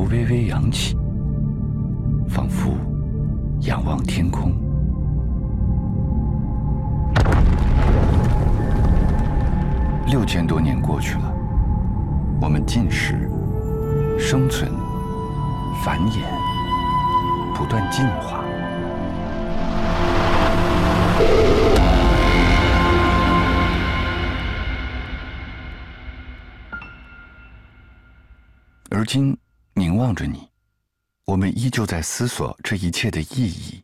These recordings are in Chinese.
微微扬起，仿佛仰望天空。6000多年过去了，我们进食、生存、繁衍，不断进化。而今凝望着你，我们依旧在思索这一切的意义。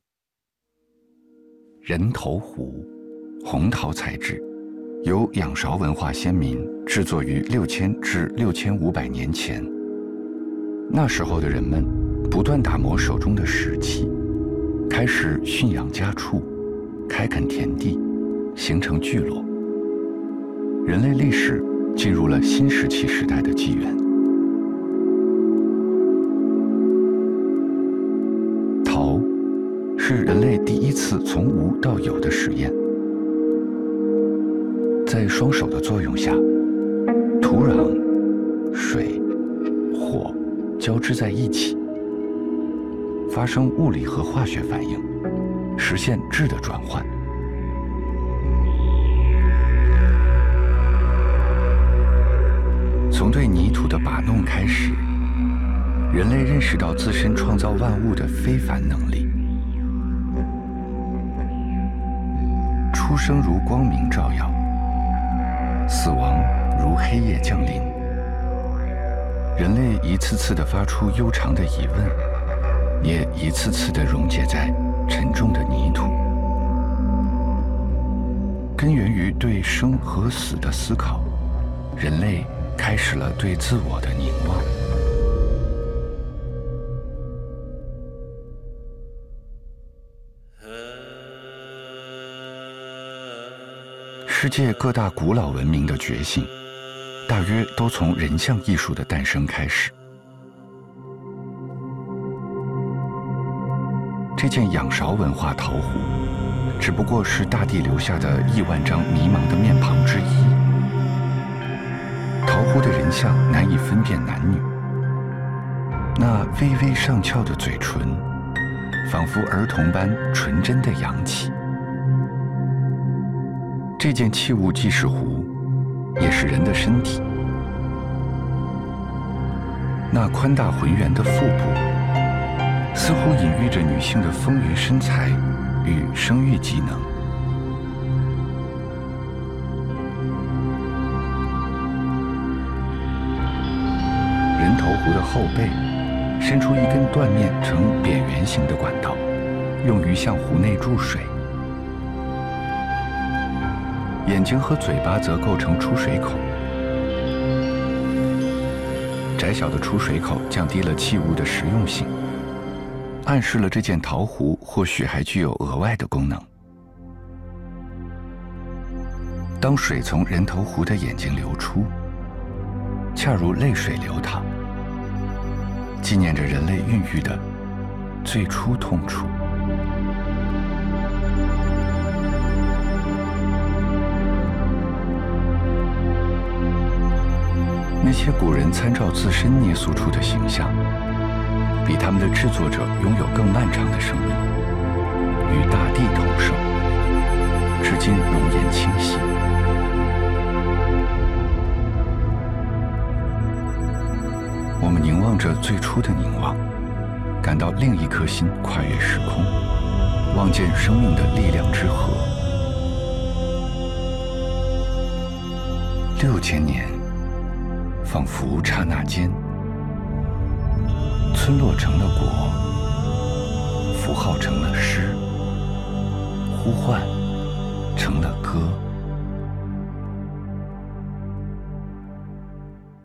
人头壶，红陶材质，由仰韶文化先民制作于6000至6500年前。那时候的人们不断打磨手中的石器，开始驯养家畜，开垦田地，形成聚落。人类历史进入了新石器时代的纪元。陶是人类第一次从无到有的实验。在双手的作用下，土壤、水、火交织在一起，发生物理和化学反应，实现质的转换。从对泥土的把弄开始，人类认识到自身创造万物的非凡能力。出生如光明照耀，死亡如黑夜降临。人类一次次地发出悠长的疑问，也一次次地溶解在沉重的泥土。根源于对生和死的思考，人类开始了对自我的凝望。世界各大古老文明的觉醒，大约都从人像艺术的诞生开始。这件仰韶文化陶壶，只不过是大地留下的亿万张迷茫的面庞之一。陶壶的人像难以分辨男女，那微微上翘的嘴唇，仿佛儿童般纯真的扬起。这件器物既是壶，也是人的身体。那宽大浑圆的腹部，似乎隐喻着女性的丰腴身材与生育机能。人头壶的后背伸出一根断面呈扁圆形的管道，用于向壶内注水。眼睛和嘴巴则构成出水口，窄小的出水口降低了器物的实用性，暗示了这件陶壶或许还具有额外的功能。当水从人头壶的眼睛流出，恰如泪水流淌，纪念着人类孕育的最初痛楚。那些古人参照自身捏塑出的形象，比他们的制作者拥有更漫长的生命，与大地同寿，至今容颜清晰。我们凝望着最初的凝望，感到另一颗心跨越时空，望见生命的力量之河。6000年，仿佛刹那间，村落成了国，符号成了诗，呼唤成了歌。